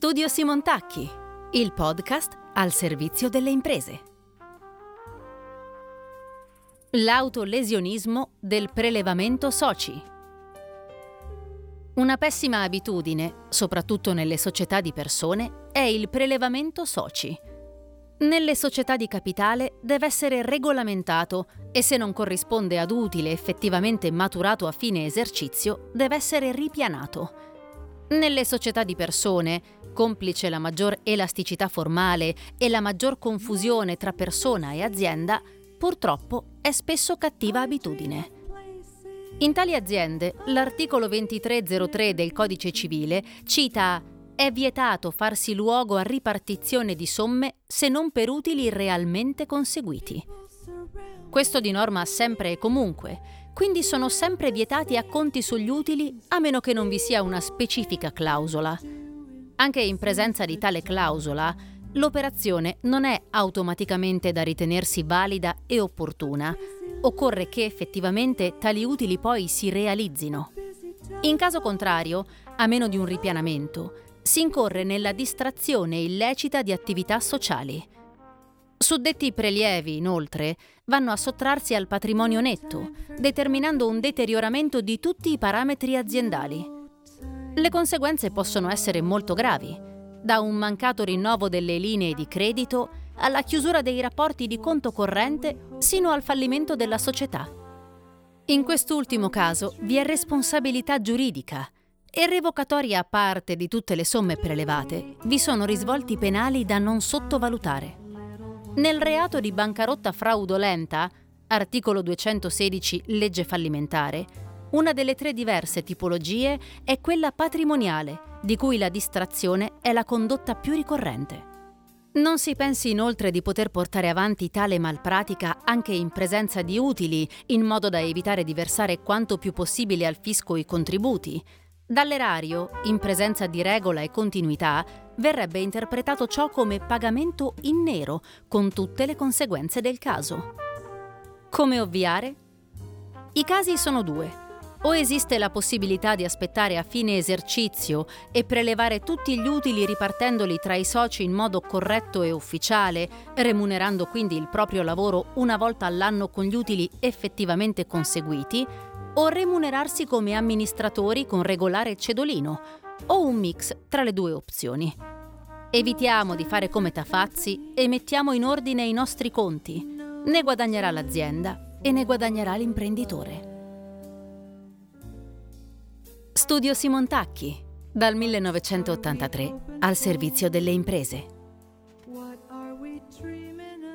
Studio Simontacchi, il podcast al servizio delle imprese. L'autolesionismo del prelevamento soci. Una pessima abitudine, soprattutto nelle società di persone, è il prelevamento soci. Nelle società di capitale deve essere regolamentato e se non corrisponde ad utile effettivamente maturato a fine esercizio, deve essere ripianato. Nelle società di persone, complice la maggior elasticità formale e la maggior confusione tra persona e azienda, purtroppo è spesso cattiva abitudine. In tali aziende, l'articolo 2303 del Codice Civile cita: «È vietato farsi luogo a ripartizione di somme se non per utili realmente conseguiti». Questo di norma sempre e comunque, quindi sono sempre vietati acconti sugli utili a meno che non vi sia una specifica clausola. Anche in presenza di tale clausola, l'operazione non è automaticamente da ritenersi valida e opportuna. Occorre che effettivamente tali utili poi si realizzino. In caso contrario, a meno di un ripianamento, si incorre nella distrazione illecita di attività sociali. Suddetti prelievi, inoltre, vanno a sottrarsi al patrimonio netto, determinando un deterioramento di tutti i parametri aziendali. Le conseguenze possono essere molto gravi, da un mancato rinnovo delle linee di credito alla chiusura dei rapporti di conto corrente sino al fallimento della società. In quest'ultimo caso vi è responsabilità giuridica e revocatoria a parte di tutte le somme prelevate, vi sono risvolti penali da non sottovalutare. Nel reato di bancarotta fraudolenta, articolo 216 legge fallimentare, una delle tre diverse tipologie è quella patrimoniale, di cui la distrazione è la condotta più ricorrente. Non si pensi inoltre di poter portare avanti tale malpratica anche in presenza di utili, in modo da evitare di versare quanto più possibile al fisco i contributi. Dall'erario, in presenza di regola e continuità, verrebbe interpretato ciò come pagamento in nero, con tutte le conseguenze del caso. Come ovviare? I casi sono due. O esiste la possibilità di aspettare a fine esercizio e prelevare tutti gli utili ripartendoli tra i soci in modo corretto e ufficiale, remunerando quindi il proprio lavoro una volta all'anno con gli utili effettivamente conseguiti, o remunerarsi come amministratori con regolare cedolino, o un mix tra le due opzioni. Evitiamo di fare come Tafazzi e mettiamo in ordine i nostri conti. Ne guadagnerà l'azienda e ne guadagnerà l'imprenditore. Studio Simontacchi, dal 1983, al servizio delle imprese.